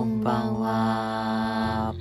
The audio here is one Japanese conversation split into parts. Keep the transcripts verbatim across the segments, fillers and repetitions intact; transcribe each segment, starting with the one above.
こんばんは。 はい、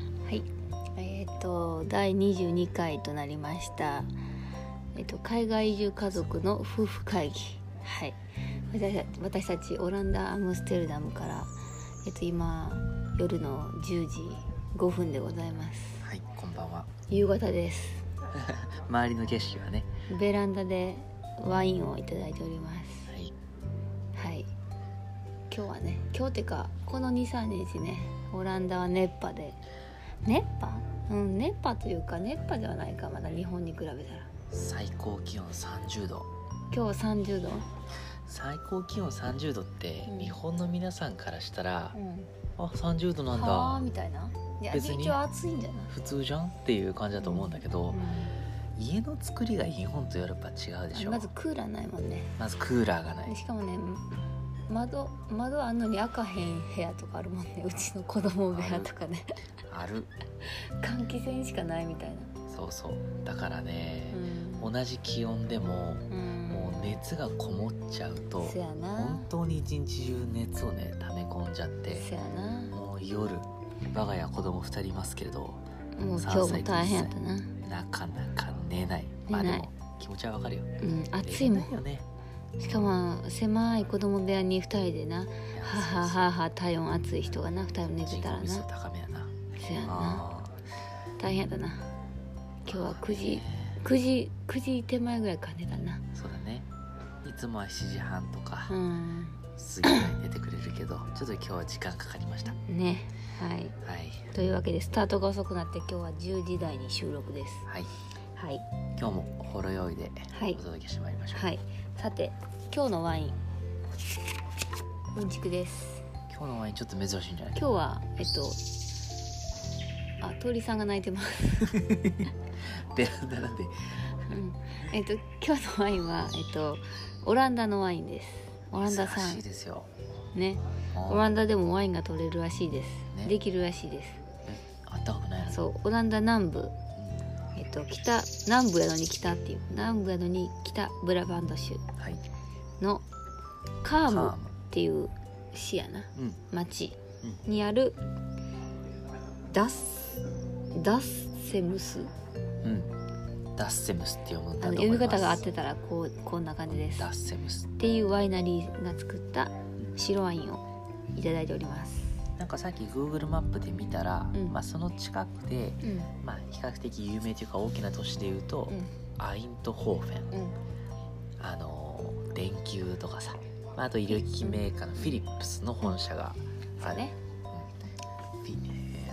えっ、とだいにじゅうにかいとなりました。えっ、と海外移住家族の夫婦会議。はい、私, 私たちオランダアムステルダムから、えっ、と今夜のじゅうじごふんでございます。 はい、こんばんは。 夕方です。 周りの景色はね、 ベランダでワインをいただいております。 はい、 はい、今日はね、今日ってかこの にさんにちね、オランダは熱波で、熱波うん熱波というか熱波ではないか、まだ日本に比べたら。 最高気温さんじゅうど。 今日はさんじゅうど。 最高気温さんじゅうどって、うん、日本の皆さんからしたら、うん、あさんじゅうどなんだはーみたいな。いや別に一応暑いんじゃない、 普通じゃんっていう感じだと思うんだけど、 うんうん、 家の作りが日本とヨーロッパ違うでしょ。 まずクーラーないもんね。 まずクーラーがない。 しかもね、窓窓あんのに開かへん部屋とかあるもんね。うちの子供部屋とかね。 ある。 換気扇しかないみたいな。 そうそう。だからね、 うん、 同じ気温でも、うん、もう熱がこもっちゃうと、 そやな、 本当に一日中熱をね溜め込んじゃって、 そやな、 もう夜、我が家子供ふたりいますけれど、 もう今日も大変やったな。 なかなか寝ない。まあでも気持ちはわかるよ。 うん、暑いもん。 よね。 しかも狭い子供部屋にふたりでな、はははは体温暑い人がなふたり寝てたらな。 人口高めやな。 そやな。大変やったな。今日はくじくじくじ手前ぐらいから寝たな。 そうだね。いつもはしちじはんとか、 うん、 過ぎに出てくれるけど、ちょっと今日は時間かかりましたね。はい、はい、というわけでスタートが遅くなって今日はじゅうじ台に収録です。 はい、 はい、 今日もほろ酔いでお届けしてまいりましょう。 はい、さて今日のワインうんちくです。 今日のワインちょっと珍しいんじゃない？ 今日はえっとあ、鳥さんが鳴いてますベランダなんで、 うん、えっと今日のワインはえっとオランダのワインです。オランダ産ですよね。オランダでもワインが取れるらしいです、ね、できるらしいです。 あったかくないの？そう、 オランダ南部、うん、えっと北南部やのに北っていう南部やのに北ブラバンド州のカームっていう市やな、うん、町にあるダスダッセムス、 うん、ダッセムスって読むんだと思います。 読み方が合ってたらこうこんな感じです。 ダッセムスっていうワイナリーが作った白ワインをいただいております。 なんかさっき Google マップで見たら、うん、まあ、その近くで、うん、まあ、比較的有名というか大きな都市でいうと、うん、アイントホーフェン、うん、あの電球とかさ、まあ、あと医療機器メーカーのフィリップスの本社がある、ね、うん、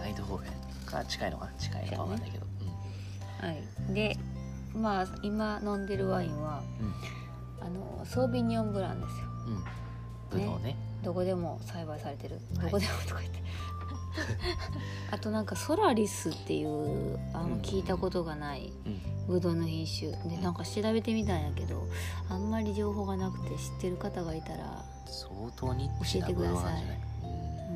アイントホーフェンが近いのかな、近いのかわかんないけど、ね、 うん、はい。で、まあ今飲んでるワインは、うん、あのソービニョンブランですよ。 うん、ブドウね。 どこでも栽培されてる、はい、どこでもとか言ってあとなんかソラリスっていうあの聞いたことがないブドウの品種で、なんか調べてみたんやけどあんまり情報がなくて、知ってる方がいたら相当に教えてください。うん、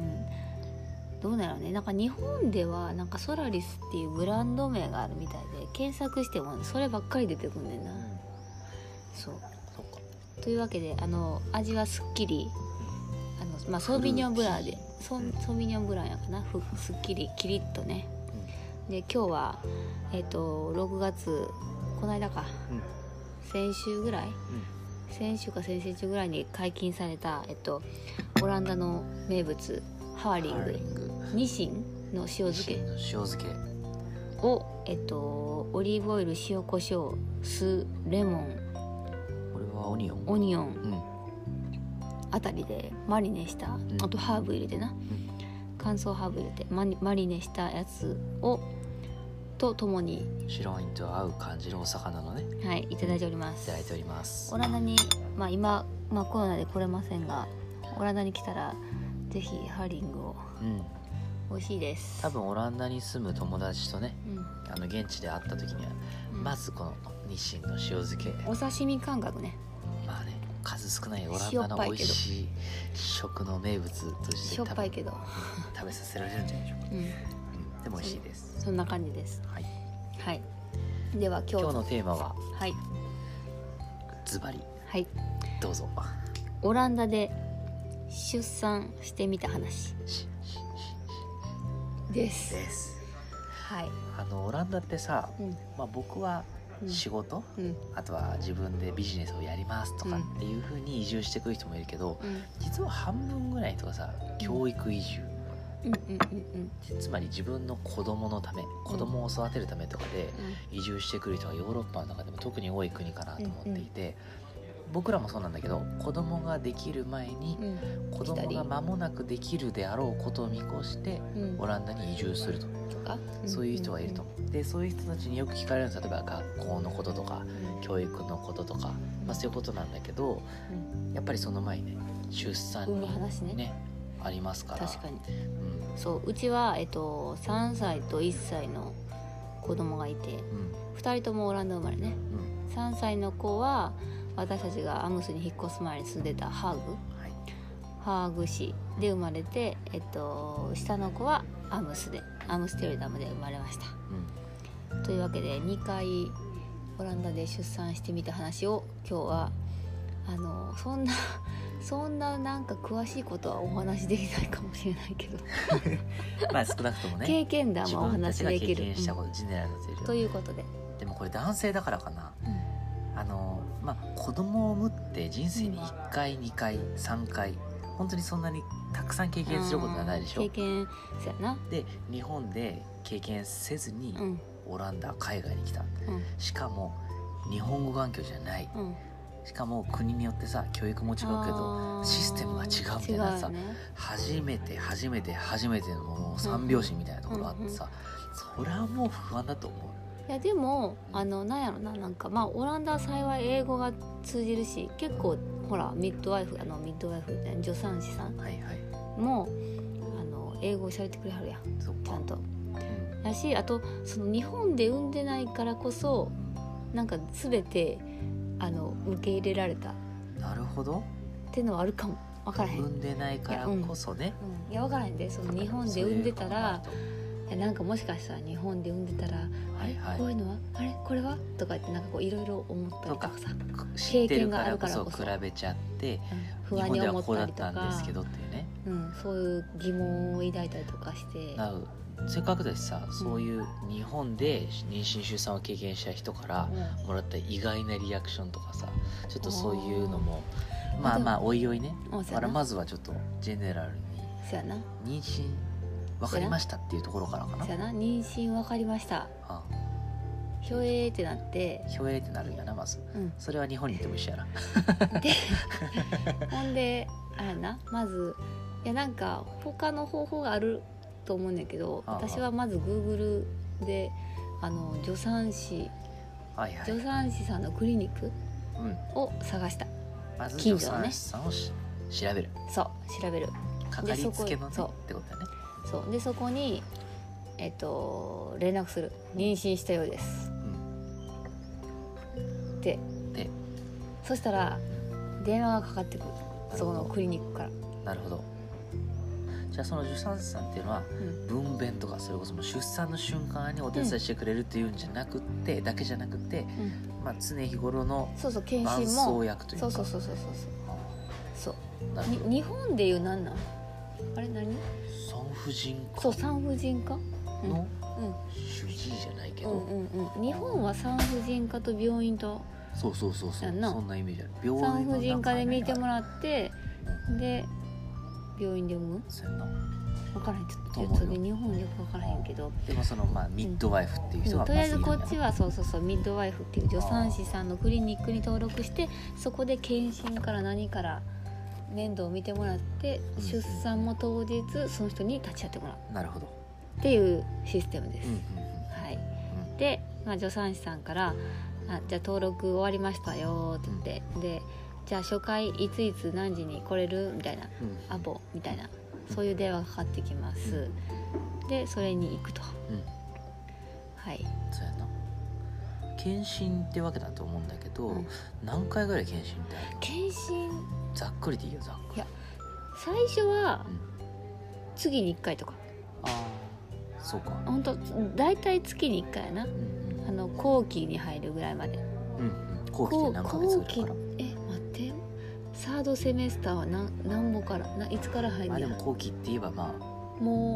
どうなのね。なんか日本ではなんかソラリスっていうブランド名があるみたいで、検索してもそればっかり出てくんねんな、うん、そうというわけで、あの味はすっきり、あの、まあ、ソービニョンブランでソービニョンブランやかな、すっきりキリッとね、うん、で今日は、えー、とろくがつこの間か、うん、先週ぐらい、うん、先週か先々週ぐらいに解禁された、えっと、オランダの名物ハーリングニシンの塩漬け塩漬けを、えっと、オリーブオイル、塩コショウ、酢、レモン、 オニオン、 オニオン、うん、あたりでマリネした、うん、あとハーブ入れてな、うん、乾燥ハーブ入れてマリ、マリネしたやつをとともに白ワインと合う感じのお魚のね、 はい、いただいております。 いただいております。 オランダに、まあ、今、まあ、コロナで来れませんが、オランダに来たらぜひハーリングを、うん、美味しいです。 多分オランダに住む友達とね、うん、あの現地で会った時には、うん、まずこのニシンの塩漬け、 お刺身感覚ね。 まあね、数少ないオランダの美味しい食の名物としてしょっぱいけど食べさせられるんじゃないでしょうか、うんうん、でも美味しいです。 そ, そんな感じです。 はい、 はい、では今日、 今日のテーマは、 はい、 ズバリ、 はい、 どうぞ。 オランダで出産してみた話。 ししですです。 はい。 あのオランダってさ、 うんまあ、僕は仕事、 うん、 あとは自分でビジネスをやりますとかっていう風に移住してくる人もいるけど、うん、実は半分ぐらいとかさ教育移住、うんうんうんうん、つまり自分の子供のため子供を育てるためとかで移住してくる人がヨーロッパの中でも特に多い国かなと思っていて、うんうん、僕らもそうなんだけど子供ができる前に、うん、子供が間もなくできるであろうことを見越してオランダに移住すると、うん、そういう人がいると、うんうん、でそういう人たちによく聞かれるんです。例えば学校のこととか、うん、教育のこととか、まあ、そういうことなんだけど、うん、やっぱりその前にね出産に、ねね、ありますから。 確かに、うん、そううちは、えっと、さんさいといっさいの子供がいて、うん、ふたりともオランダ生まれね、うん、さんさいの子は私たちがアムスに引っ越す前に住んでたハーグ、はい、ハーグ市で生まれて、えっと、下の子はアムスでアムステルダムで生まれました、うん、というわけでにかいオランダで出産してみた話を今日はあのそんなそんななんか詳しいことはお話できないかもしれないけどまあ少なくともね経験談はお話できる、 自分たちが経験したこと、うん、ジェネラルのゼリーということで、 でもこれ男性だからかな、うん、あのまあ子供を産むって人生にいっかい、うん、にかいさんかい本当にそんなにたくさん経験することがないでしょ。 経験そうやな。 で日本で経験せずにオランダ海外に来た、うん、しかも日本語環境じゃない、うん、しかも国によってさ教育も違うけどシステムが違うみたいなさ、ね、初めて初めて初めてのもう三拍子みたいなところがあってさ、うんうんうん、それはもう不安だと思う。 いやでもあのなんやろな、なんかまあオランダは幸い英語が通じるし、結構ほらミッドワイフあのミッドワイフって助産師さんも、はいはい、あの英語を喋ってくれはるやん、ちゃんと、うん、だし、あとその日本で産んでないからこそなんか全てあの受け入れられた。 なるほどっていうのはあるかも。分からへん。 産んでないからこそね。 いや、うんうん、いや分からへんで、その日本で産んでたら。なんかもしかしたら日本で産んでたら、はいはい、あれこういうのはあれこれはとかってなんかこういろいろ思ったりとかさ、経験があるからこそ比べちゃって、 うん、不安に思ったりとか、 日本ではこうだったんですけどっていうね、 うん、そういう疑問を抱いたりとかして、 せっかくだしさ、うん、そういう日本で妊娠出産を経験した人からもらった意外なリアクションとかさ、ちょっとそういうのもまあまあおいおいね、ま, まずはちょっとジェネラルに妊娠分かりましたっていうところからかな。 そうやな、妊娠分かりました、ああひょえーってなってひょえーってなるんやな、まず、うん、それは日本に行っても一緒やなでほんであれな、まずいやなんか他の方法があると思うんだけど、ああ私はまず Google であの助産師、はいはい、助産師さんのクリニックを探した、うん、 まず助産師さんをし調べる。 そう調べる、 かかりつけの、ね、ってことだね。 そうでそこに、えっと、連絡する。妊娠したようです、うん、ででそしたら電話がかかってくる、そこのクリニックから。 なるほど。じゃあその助産師さんっていうのは、うん、分娩とかそれこそ出産の瞬間にお手伝いしてくれるっていうんじゃなくて、うん、だけじゃなくて、うんまあ、常日頃の伴走役というか、 そうそうそうそうそうそうそうに日本でいう何なんあれ何産婦人科。 そう産婦人科の、うん、主治医じゃないけど、うんうんうん、日本は産婦人科と病院とそうそうそうそう、そんなイメージある。病院産婦人科で見てもらって、うん、で病院で産む。 そうやな、 分からへん、ちょっとそれ日本よく分からへんけど、 でもそのまあミッドワイフっていう人がまずいるんやな、うん、とりあえずこっちはそうそうそうミッドワイフっていう助産師さんのクリニックに登録して、そこで検診から何から面倒を見てもらって、うん、出産も当日その人に立ち会ってもらう。 なるほどっていうシステムです、うんうんはい、 うん、で、まあ、助産師さんからあじゃあ登録終わりましたよって言って、うん、でじゃあ初回いついつ何時に来れるみたいな、うん、アポみたいなそういう電話がかかってきます、うん、でそれに行くと、うん、はいそうやな。検診ってわけだと思うんだけど、うん、何回ぐらい検診ってあるの？ 検診ざっくりでいいよ、ざっくり。いや最初は月にいっかいとか、 うん、ああそうか。 本当だいたい月にいっかいやな、うんうん、あの後期に入るぐらいまで、 うんうん、後期って何ヶ月ぐらいから？ え待ってサードセメスターは何何歩からないつから入るんや。 まあでも後期って言えばまあも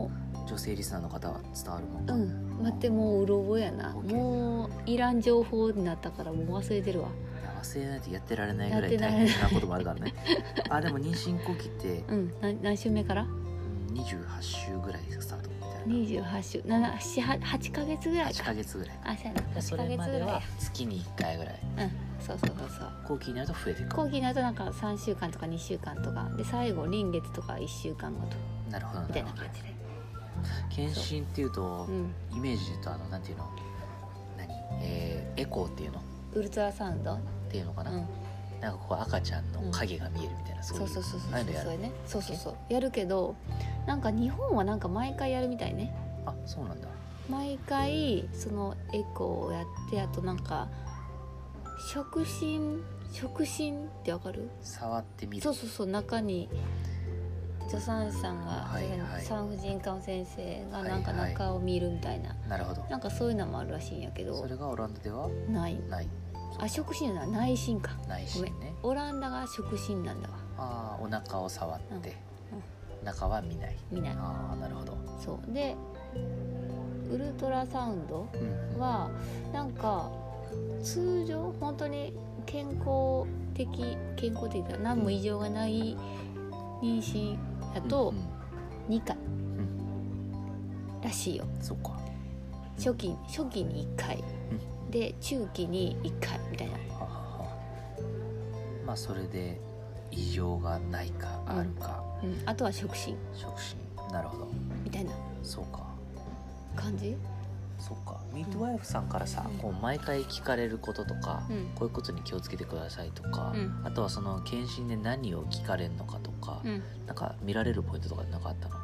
女性リスナーの方は伝わるもんか。 うん待ってもううろ覚えやな、 OK、 もういらん情報になったからもう忘れてるわ。 忘れないとやってられないぐらい大変なこともあるからねあでも妊娠後期って、 うん、な何週目から？ にじゅうはち週ぐらいスタートみたいな。 にじゅうはち週、なな、はち、はちかげつぐらいか。 はちかげつぐらいあ、そうやな、はちかげつぐらいや。 それまでは月にいっかいぐらい。 うん、そうそうそうそう。 後期になると増えていく。 後期になるとなんかさんしゅうかんとかにしゅうかんとかで、最後臨月とかいっしゅうかんごと。 なるほどなみたいな感じで。 検診っていうと、 うん、 イメージで言うとあのなんていうの、何、えー、エコーっていうの？ ウルトラサウンドっていうのかな。 うん、 なんかこう赤ちゃんの影が見えるみたいな、うん、そういう。 そうそうそうそう、 ああいうのやる。 それね、そうそうそうやるけど、なんか日本はなんか毎回やるみたいね。 あ、そうなんだ。 毎回そのエコーをやって、あとなんか触診触診ってわかる？ 触ってみる。 そうそうそう、中に助産師さんが、 はいはい、 産婦人科の先生がなんか中を見るみたいな、はいはい、 なるほど。 なんかそういうのもあるらしいんやけど、 それがオランダではないないあ、触診じゃない、内診か。 内診ね。 オランダが触診なんだわ。 ああ、お腹を触って、うんうん、中は見ない見ない。 ああ、なるほど。 そうでウルトラサウンドは、うん、なんか通常本当に健康的健康的だ何も異常がない妊娠だとにかい、うん、らしいよ。 そうか。 初期初期にいっかい、うん、で中期にいっかいみたいな。はあはあ、 まあそれで異常がないかあるか、 うんうん、あとは触診触診、なるほどみたいな。 そうか感じ。 そうか。ミートワイフさんからさ、うん、こう毎回聞かれることとか、うん、こういうことに気をつけてくださいとか、うん、あとはその検診で何を聞かれるのかとか、うん、なんか見られるポイントとかなんかあったの？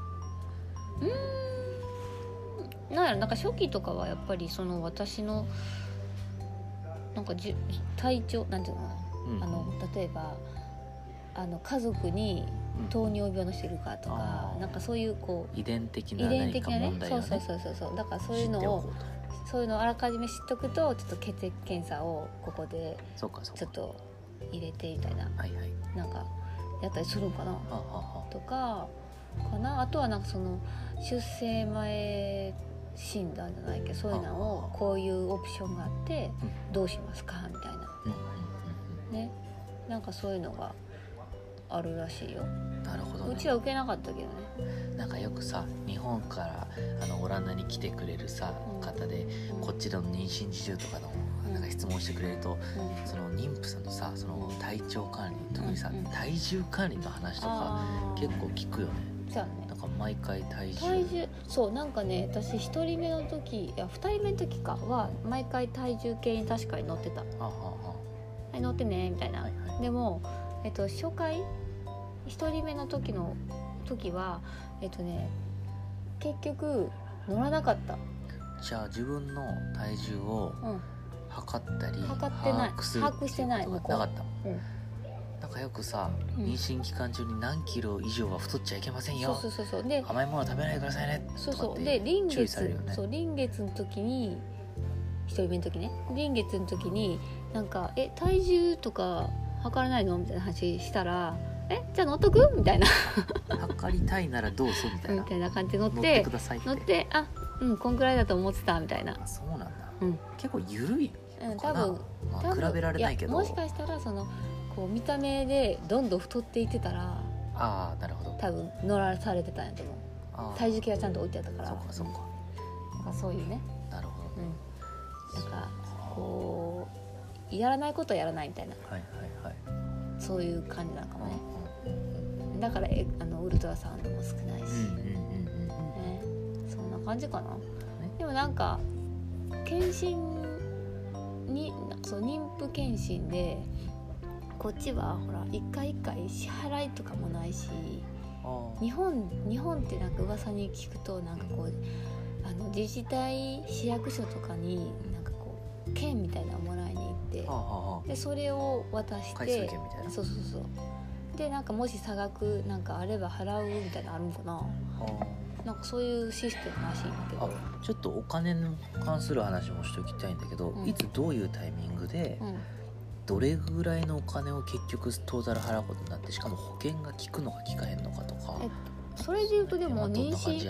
うーんなんやろ、なんか初期とかはやっぱりその私のなんかじ体調なんていうのかな、うん、あの例えばあの家族に糖尿病の人いるかとか、うん、なんかそういうこう遺伝的な何か問題をね、 そうそうそうそう、だからそういうのをそういうのをあらかじめ知っとくと、ちょっと血液検査をここでちょっと入れてみたいな、はいはい、なんかやったりするんかな、はあはあ、とかかな。あとはなんかその出生前診断じゃないけど、そういうのをこういうオプションがあってどうしますかみたいな、うん、ね、なんかそういうのがあるらしいよ。 なるほどね。 うちは受けなかったけどね。 なんかよくさ、日本からあのオランダに来てくれるさ、うん、方で、うん、こっちの妊娠事情とかのなんか質問してくれると、うん、その妊婦さんのさ、その体調管理、特にさ、うん、体重管理の話とか結構聞くよね。 そうね。 なんか毎回体重体重そうなんかね、私ひとりめの時いやふたりめの時かは毎回体重計に確かに乗ってた。はあはあ、はい乗ってねみたいな。はいはい、でもえっと初回ひとりめの時の時はえっとね結局乗らなかった。 じゃあ自分の体重を測ったり、うん、 測ってない、 把握する把握してない、 なかった。うん、なんかよくさ、妊娠期間中に何キロ以上は太っちゃいけませんよ。 そうそうそうそう。で甘いもの食べないでくださいね。 そうそう。で臨月、ね、そう臨月の時にひとりめの時ね臨月の時になんかえ体重とか測らないのみたいな話したら。えじゃあ乗っとくみたいな測りたいならどうぞみたいなみたいな感じで乗って乗ってくださいって乗ってあうんこんくらいだと思ってたみたいな。 あそうなんだ、うん、結構緩いのかな、うん、多分、 まあ、比べられないけどもしかしたらそのこう見た目でどんどん太っていってたらあなるほど多分乗らされてたんやと思う。体重計はちゃんと置いてあったからそうかそうか、 なんかそういうねなるほどね、 うん、なんかこうやらないことはやらないみたいな、はいはいはい、そういう感じなのかもね、うん、だからえあのウルトラサウンドも少ないし、うんうんうんうんね、そんな感じかな、ね、でもなんか検診にそう妊婦検診でこっちはほら一回一回支払いとかもないし、日本日本ってなんか噂に聞くとなんかこうあの自治体市役所とかになんかこう券みたいなのをもらいに行って、はあ、でそれを渡して回数券みたいな、 そうそうそうでなんかもし差額なんかあれば払うみたいなのあるんかな、はあ、なんかそういうシステムらしいんだけど、 あちょっとお金に関する話もしておきたいんだけど、うん、いつどういうタイミングで、うん、どれぐらいのお金を結局トータル払うことになって、しかも保険が効くのか効かへんのかとか、 えそれでいうとでも妊娠妊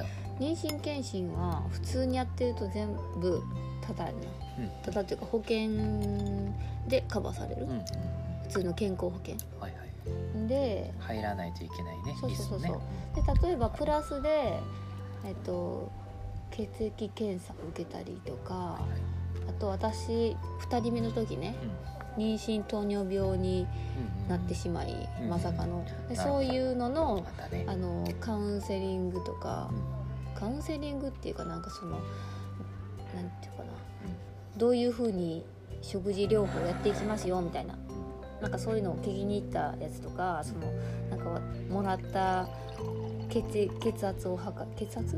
妊娠検診は普通にやってると全部タダやな、うん、タダっていうか保険でカバーされる、うんうん、普通の健康保険、はいはい、で入らないといけないね。 そうそうそうそう、 ね、 で例えばプラスで、えっと、血液検査を受けたりとか、はいはい、あと私ふたりめの時ね、うん、妊娠糖尿病になってしまい、うんうん、まさかのでそういうのの、ね、あのカウンセリングとか、うん、カウンセリングっていうかなんかそのなんていうかな、うん、どういう風に食事療法をやっていきますよみたいな、なんかそういうのを聞きに行ったやつとか、そのなんかもらった血血圧を測る血圧、うん、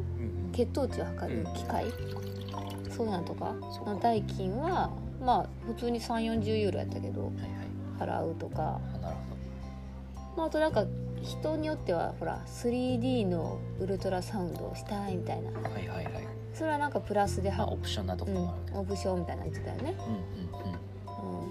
血糖値を測る機械、うん、そういうのとかの代金はまあ普通にさんじゅう、よんじゅうユーロやったけど、はいはい、払うとか、なるほど、まあ、あとなんか人によってはほら スリーディー のウルトラサウンドをしたいみたいな、はいはいはい、それはなんかプラスで、まあ、 オプションなところもある、 うん、オプションみたいなの言ってたよね、うんうんうん、うん、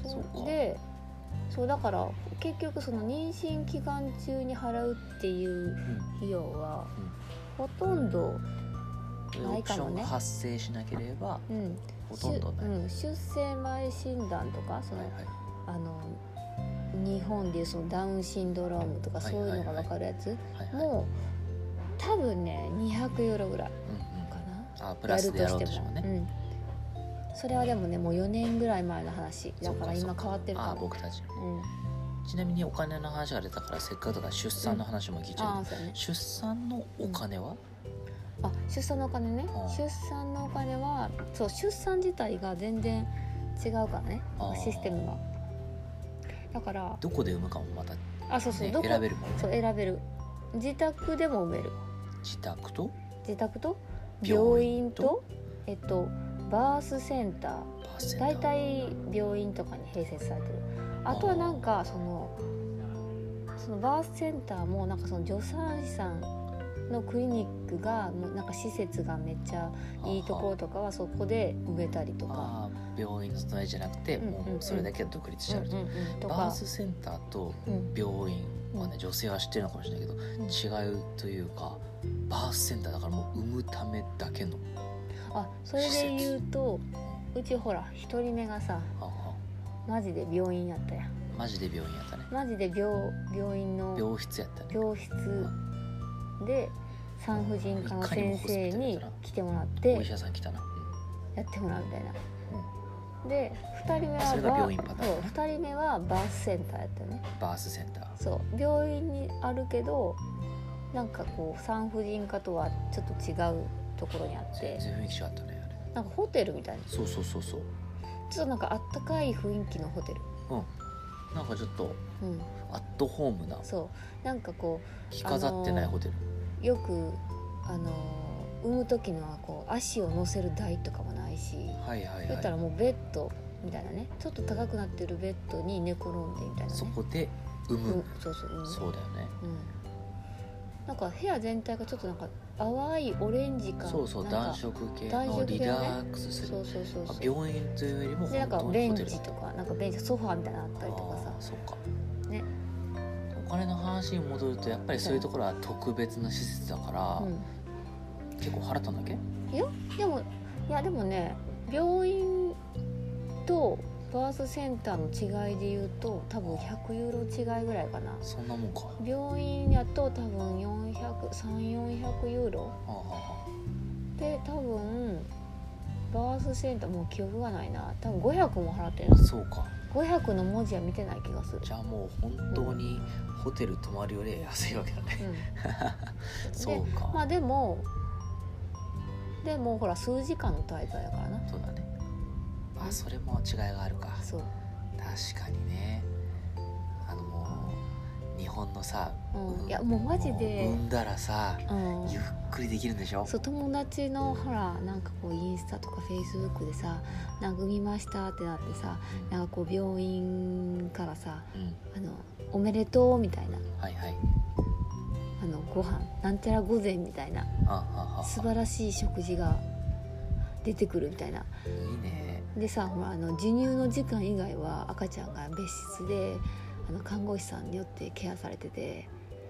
そうでそうだから結局その妊娠期間中に払うっていう費用はほとんどないかもね。 オプションが発生しなければ、うん、ほとんどない、 うん、出生前診断とかその、はいはい、あの日本でいうそのダウンシンドロームとかそういうのが分かるやつも多分ねにひゃくユーロぐらいかな、うんうん、あプラスでやろうとしてもね、うん、それはでもねもうよねんぐらい前の話だから今変わってるかも。 あ僕たち、うんちなみにお金の話が出たからせっかくだから出産の話も聞いちゃう、うんね、出産のお金は、 うん、あ出産のお金ね、出産のお金はそう出産自体が全然違うからねシステムがだからどこで産むかもまた、ね、 あそうそうどこ選べるもんね。 そう選べる自宅でも産める自宅と自宅と病院とえっとバースセンターだいたい病院とかに併設されてる。あとはなんかそのそのバースセンターもなんかその助産師さんのクリニックがもうなんか施設がめっちゃいいところとかはそこで埋めたりとか、あ病院の隣じゃなくて、うんうんうん、もうそれだけ独立してあると、うんうんうん、バースセンターと病院はね、うん、女性は知ってるのかもしれないけど、うん、違うというかバースセンターだからもう産むためだけのあそれで言うとうちほら一人目がさマジで病院やったやん。 マジで病院やったね。 マジで 病, 病院の病室やったね。 病室で産婦人科の先生に来てもらってお医者さん来たな、 やってもらうみたいな、うん、でふたりめはそれが病院パターン、 そうふたりめはバースセンターやったよね。 バースセンターそう病院にあるけどなんかこう産婦人科とはちょっと違うところにあって全然雰囲気違ったねあれ。 なんかホテルみたいな。 そうそうそうそうちょっとなんかあったかい雰囲気のホテル。 うんなんかちょっと、うん、アットホームな。 そうなんかこう着飾ってないホテル。 よくあの産む時のはこう足を乗せる台とかもないし、はいはいはい、だったらもうベッドみたいなねちょっと高くなってるベッドに寝転んでみたいなね。 そこで産む、うん、 そうそう産む。 そうだよね、 うん、なんか部屋全体がちょっとなんか淡いオレンジ感。 そうそう暖色系のリラックスする。そうそうそうそう病院というよりもでなんかベンチとかなんかベンチソファーみたいなのあったりとかさ。 そうかね。お金の話に戻るとやっぱりそういうところは特別な施設だから、うん、結構払ったんだっけ？ いやでもいやでもね病院とバースセンターの違いで言うと多分ひゃくユーロ違いぐらいかな。 そんなもんか。 病院やと多分よんひゃく、さんびゃく、よんひゃくユーロで多分バースセンターもう記憶がないな多分ごひゃくも払ってる。 そうかごひゃくの文字は見てない気がする。 じゃあもう本当にホテル泊まるより安いわけだね、うん、そうか。 まあでもでもほら数時間の滞在やからな。 そうだね。あそれも違いがあるか。 そう確かにね。あのもう日本のさ、 うん、いやもうマジで産んだらさ、うん、ゆっくりできるんでしょ。 そう友達のほらなんかこうインスタとかフェイスブックでさなんか産みましたってなってさ、うん、なんかこう病院からさ、うん、あのおめでとうみたいな、はいはい、あのご飯なんちゃら御膳みたいな素晴らしい食事が出てくるみたいな。いいね。 でさほらあの授乳の時間以外は赤ちゃんが別室であの看護師さんによってケアされてて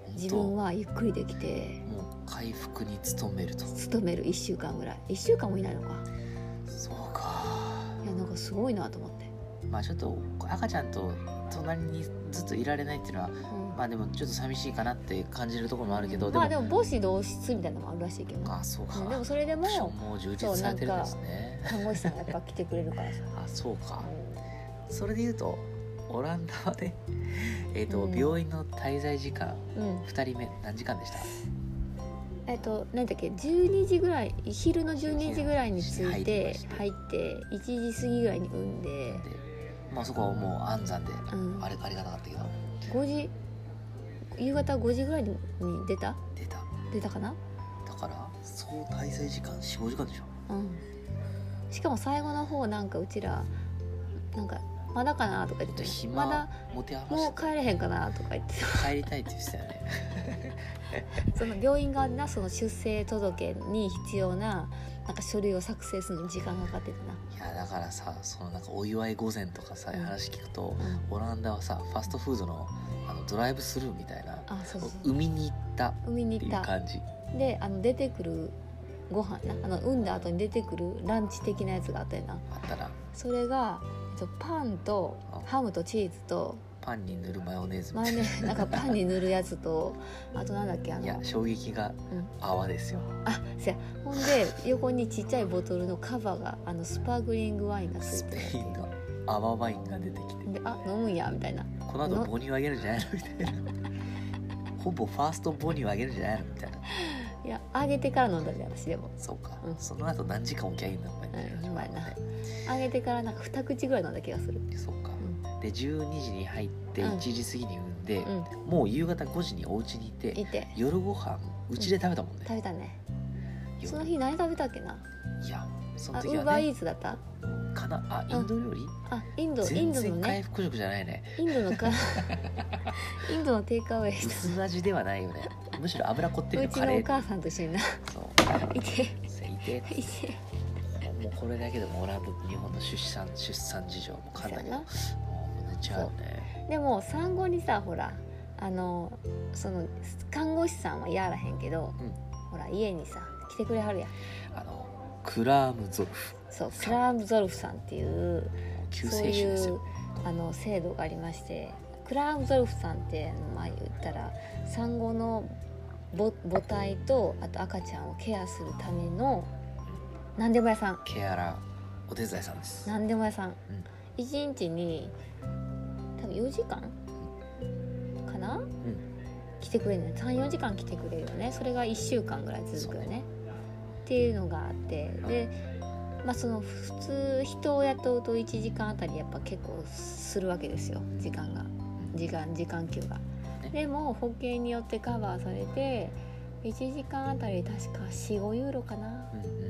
自分はゆっくりできてもう回復に努めると努めるいっしゅうかんぐらいいっしゅうかんもいないのか。 そうか。 いやなんかすごいなと思って。 まあちょっと赤ちゃんと隣にずっといられないっていうのは、うん、まあでもちょっと寂しいかなって感じるところもあるけど、うん、 まあでも母子同室みたいなのもあるらしいけど、 あそうか、 うん、でもそれでももう充実されてるんですね。 看護師さんがやっぱ来てくれるからさあそうか、うん、それでいうとオランダはねえーと、うん、病院の滞在時間、うん、ふたりめ何時間でした？ えっと何だっけじゅうにじぐらい昼のじゅうにじぐらいに着いて入っていちじ過ぎぐらいに産んで、 まあそこはもう安産で、うん、あれありがたかったけどごじ夕方ごじぐらいに出た出た出たかな。 だから総滞在時間 よん,ご 時間でしょ、 うん、しかも最後の方なんかうちらなんかまだかなとか言って暇まだ持て余してもう帰れへんかなとか言って帰りたいって言ってたよねその病院側なその出生届に必要ななんか書類を作成するのに時間がかかってたな。 いやだからさそのなんかお祝い御膳とかさ、うん、話聞くと、うん、オランダはさファストフードのあのドライブスルーみたいなあそうそう海に行ったっていう感じであの出てくるご飯なあの産んだ後に出てくるランチ的なやつがあったよな。 あったな。 それがパンとハムとチーズとパンに塗るマヨネーズみたいな、まあね、なんかパンに塗るやつとあとなんだっけあのいや衝撃が泡ですよ、 うん、あそやほんで横にちっちゃいボトルのカバーがあのスパークリングワインがついてるスペインの泡ワインが出てきてであ飲むんやみたいなこの後母乳あげるんじゃないのみたいなほぼファースト母乳あげるんじゃないのみたいないやあげてから飲んだんだよ私でもそうか、うん、その後何時間起きゃいいんだお前ね、 うん、うまいなあげてからなんかに口ぐらい飲んだ気がする。 そうか、うん、でじゅうにじに入っていちじ過ぎに産んで、うん、もう夕方ごじにお家にいて、いて夜ご飯うちで食べたもんね、 うん、食べたね。その日何食べたっけな。 いやその時はねウーバーイーツだったかなあインド料理、 あインドインドのね全然回復食じゃないねインドのかインドのテイクアウェイした薄味ではないよねむしろ脂こってるようちのお母さんと一緒になそういていていてもうこれだけでもオランダ日本の出産出産事情もかなりもう寝ちゃうね。 でも産後にさほらあのその看護師さんはやらへんけど、うん、ほら家にさ来てくれはるやんあのクラームゾルフそうクラームゾルフさんっていう救世主ですよ。 あの制度がありましてクラームゾルフさんってまあ言ったら産後の母, 母体とあと赤ちゃんをケアするための何でも屋さんケアラーお手伝いさんです。 何でも屋さん、うん、いちにちに多分よじかんかな、うん、来てくれるね さん,よ 時間来てくれるよね。それがいっしゅうかんぐらい続くよねっていうのがあってで、まあ、その普通人を雇うといちじかんあたりやっぱ結構するわけですよ時間が時間時間給が。でも保険によってカバーされていちじかんあたり確か よん,ご ユーロかな、うんうんうんうん、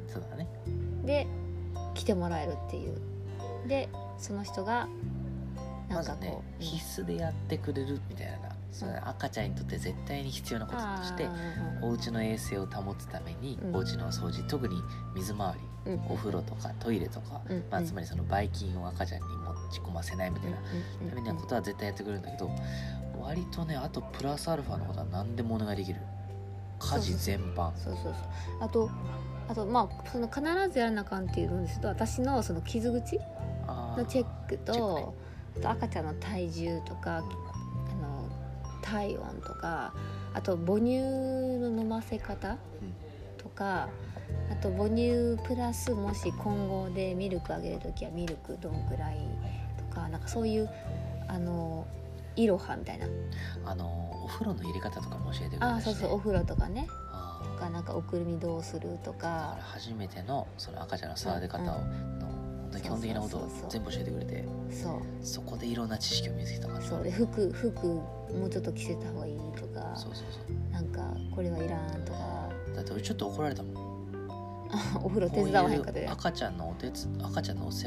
そうだね。 で来てもらえるっていうでその人がなんかこう、まね、 必須でやってくれるみたいな、それ赤ちゃんにとって絶対に必要なこととして、うん、お家の衛生を保つために、うん、お家の掃除特に水回り、うん、お風呂とかトイレとか、うんまあ、つまりそのばい菌を赤ちゃんに持ち込ませないみたいな、うん、ためにはことは絶対やってくれるんだけど割とねあとプラスアルファのことは何でもお願いできる家事全般そうそうそうあとあとまあその必ずやらなあかんっていうんですけど私のその傷口のチェックと、ね、あと赤ちゃんの体重とか、うん、あの体温とかあと母乳の飲ませ方、うん、とかあと母乳プラスもし混合でミルクあげるときはミルクどんくらいとかなんかそういうあのイロハみたいなあのお風呂の入れ方とかも教えてくれたし、ね、 あそうそうお風呂とかねとかなんかおくるみどうするとか初めてのその赤ちゃんの育て方を、うんうん、の本当に基本的なことを全部教えてくれてそうそこでいろんな知識を見つけたからそうで服服もうちょっと着せた方がいいとかそうそうそうなんかこれはいらんとかだって俺ちょっと怒られたもんお風呂手伝わへんかで赤ちゃんのお手つ赤ちゃんのお世話は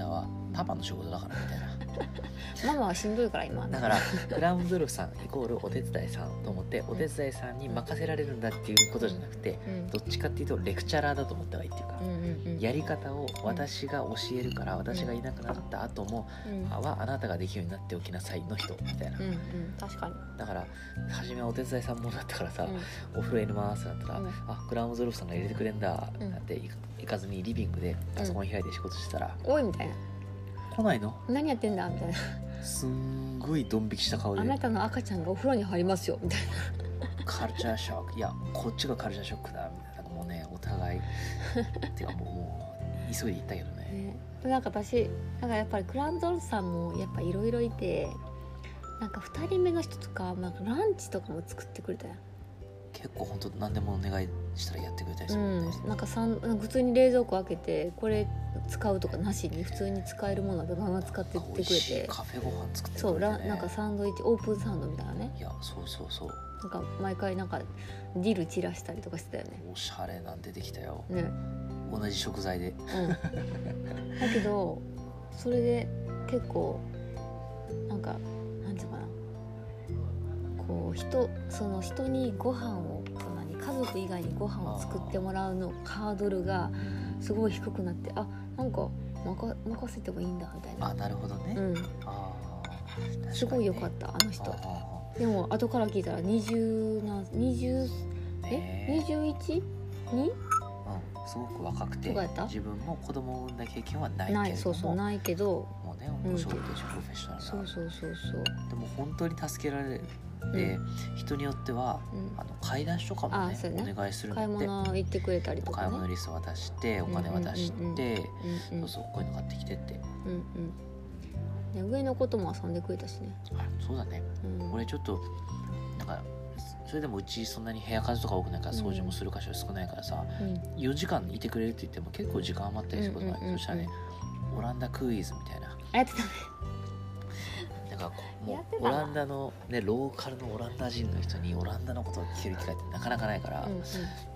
パパの仕事だからみたいなママはしんどいから今だからクラウンドルフさんイコールお手伝いさんと思ってお手伝いさんに任せられるんだっていうことじゃなくて、うん、どっちかっていうとレクチャラーだと思った方がいいっていうか、うんうんうん、やり方を私が教えるから、うん、私がいなくなった後も、うん、はあなたができるようになっておきなさいの人みたいな、うんうん、 確かにだから初めはお手伝いさんもだったからさ、うん、お風呂入れますってなったら、うん、あクラウンドルフさんが入れてくれんだなんて行かずにリビングでパソコン開いて仕事してたら、 うん、おいみたいな来ないの何やってんだみたいなすんごいドン引きした顔であなたの赤ちゃんがお風呂に入りますよみたいなカルチャーショックいやこっちがカルチャーショックだみたいなもうねお互いっていうかもう、もう急いで言ったけどね、 ねなんか私なんかやっぱりクラウドルフさんもやっぱいろいろいてなんかふたりめの人とかなんかランチとかも作ってくれたよ結構本当何でもお願いしたらやってくれたりするもんね、 うん、なんかさん普通に冷蔵庫開けてこれ使うとかなしに普通に使えるものでガンガン使ってってくれてカフェご飯作ってくれて、ね、 そうらなんかサンドイッチオープンサンドみたいなねいやそうそうそうなんか毎回なんかディル散らしたりとかしてたよねおしゃれなん出てきたよ、 ね、 同じ食材で、うん、 だけどそれで結構なんかなんていうかなこう人その人にご飯を何家族以外にご飯を作ってもらうのハードルがすごい低くなってあなんか任, 任せてもいいんだみたいなあなるほどね、うんあね、すごい良かったあの人でも後から聞いたらにじゅうなにじゅうえ にじゅういち? にうん、すごく若くて自分も子供を産んだ経験はないけれどもないそうそうないけどもうね本当ショートエッジプロフェッショナルな、 そうそうそうそうでも本当に助けられるで、うん、人によっては、うん、あの買い出しとかも ね, ねお願いするんだって買い物行ってくれたりとか、ね、 買い物リスト渡してお金渡して、うんうんうん、そうそうこういうの買ってきてって、うんうん、で上の子とも遊んでくれたしねあそうだね、うん、俺ちょっとなんかそれでもうちそんなに部屋数とか多くないから掃除もする箇所少ないからさ、うん、よじかんいてくれるって言っても結構時間余ったりすることがある、うんうんうんうん、そしたらねオランダクイズみたいなやってたねなんかもうオランダの、ね、ローカルのオランダ人の人にオランダのことを聞ける機会ってなかなかないから、うんうん、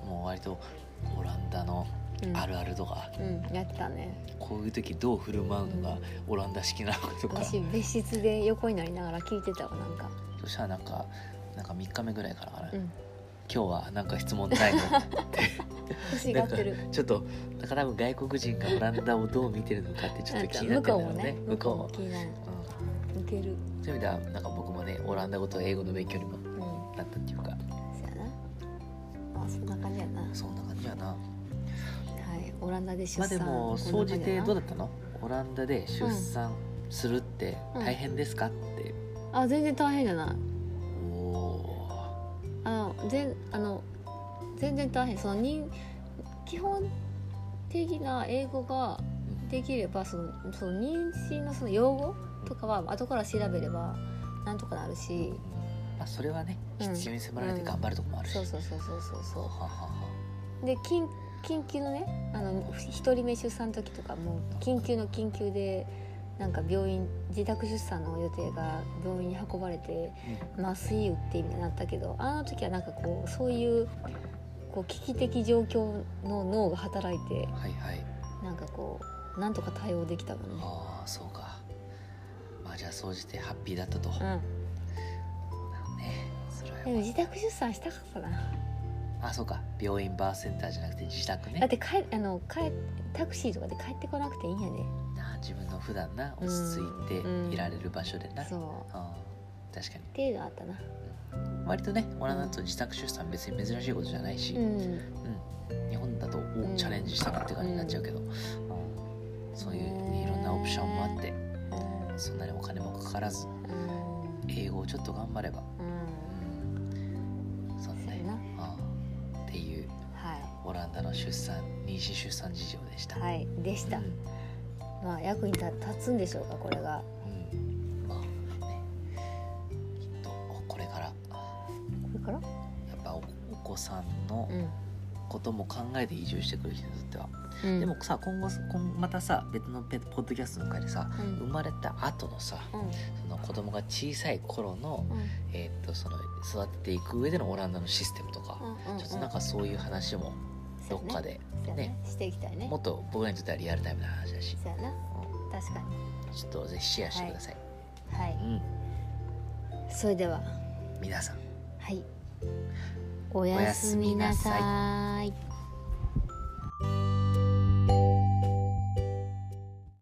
もう割とオランダのあるあるとか、 うんうん、やってたねこういう時どう振る舞うのがオランダ式なのかとか、 私別室で横になりながら聞いてたわなんかそしたらなんかなんかみっかめぐらいからかな、うん、今日はなんか質問ないのって欲しがってるちょっとなんか多分外国人がオランダをどう見てるのかってちょっと気になってるんだろうね向こうも気になる、うん、受けるそういう意味ではなんか僕もねオランダ語と英語の勉強にもなったっていうか、うん、 そうやなまあそんな感じやなそんな感じやなはいオランダで出産まあでも総じてどうだったのオランダで出産するって大変ですか、うん、ってあ全然大変じゃないあの全あの全然大変そのに基本的な英語ができればそのその妊娠のその用語とかは後から調べればなんとかなるし、 まあ、それはね必要に迫られて頑張るとこもあるし、 うんうん、そうそうそうそうそうそうで緊緊急のねあの一人目出産の時とかも緊急の緊急でなんか病院自宅出産の予定が病院に運ばれて、うん、麻酔打ってみたいになったけどあの時はなんかこうそういうこう危機的状況の脳が働いて、はいはい、なんかこうなんとか対応できたもんねああそうかまあじゃあ総じてハッピーだったと、うんね、それはでも自宅出産したかったなあそうか病院バーセンターじゃなくて自宅ねだって帰あの帰タクシーとかで帰ってこなくていいんやで自分の普段な落ち着いていられる場所でな、うん、そう確かにっていうのあったな、 うん、割とねオランダだと自宅出産別に珍しいことじゃないし、うんうん、日本だと、うん、チャレンジしたなって感じになっちゃうけど、うん、そういういろんなオプションもあって、うん、そんなにお金もかからず、うん、英語をちょっと頑張れば、うんうん、そんなね、うん、っていう、はい、オランダの出産妊娠出産事情でしたはいでした、うんまあ、役に立つんでしょうかこれが、 うん、まあねきっとこれからこれからやっぱ お, お子さんのことも考えて移住してくる人にとっては、うん、でもさ今後今またさ別のポッドキャストの回でさ、うん、生まれた後のさ、うん、その子供が小さい頃の、うんえー、っとその育てていく上でのオランダのシステムとか、うんうんうん、ちょっとなんかそういう話もどっかでね、 ねしていきたいねもっと僕らにとってはリアルタイムな話だしそうやな、うん、確かにちょっとぜひシェアしてください。 はい、はい、 うん、 それでは皆さん、 はい、おやすみなさい。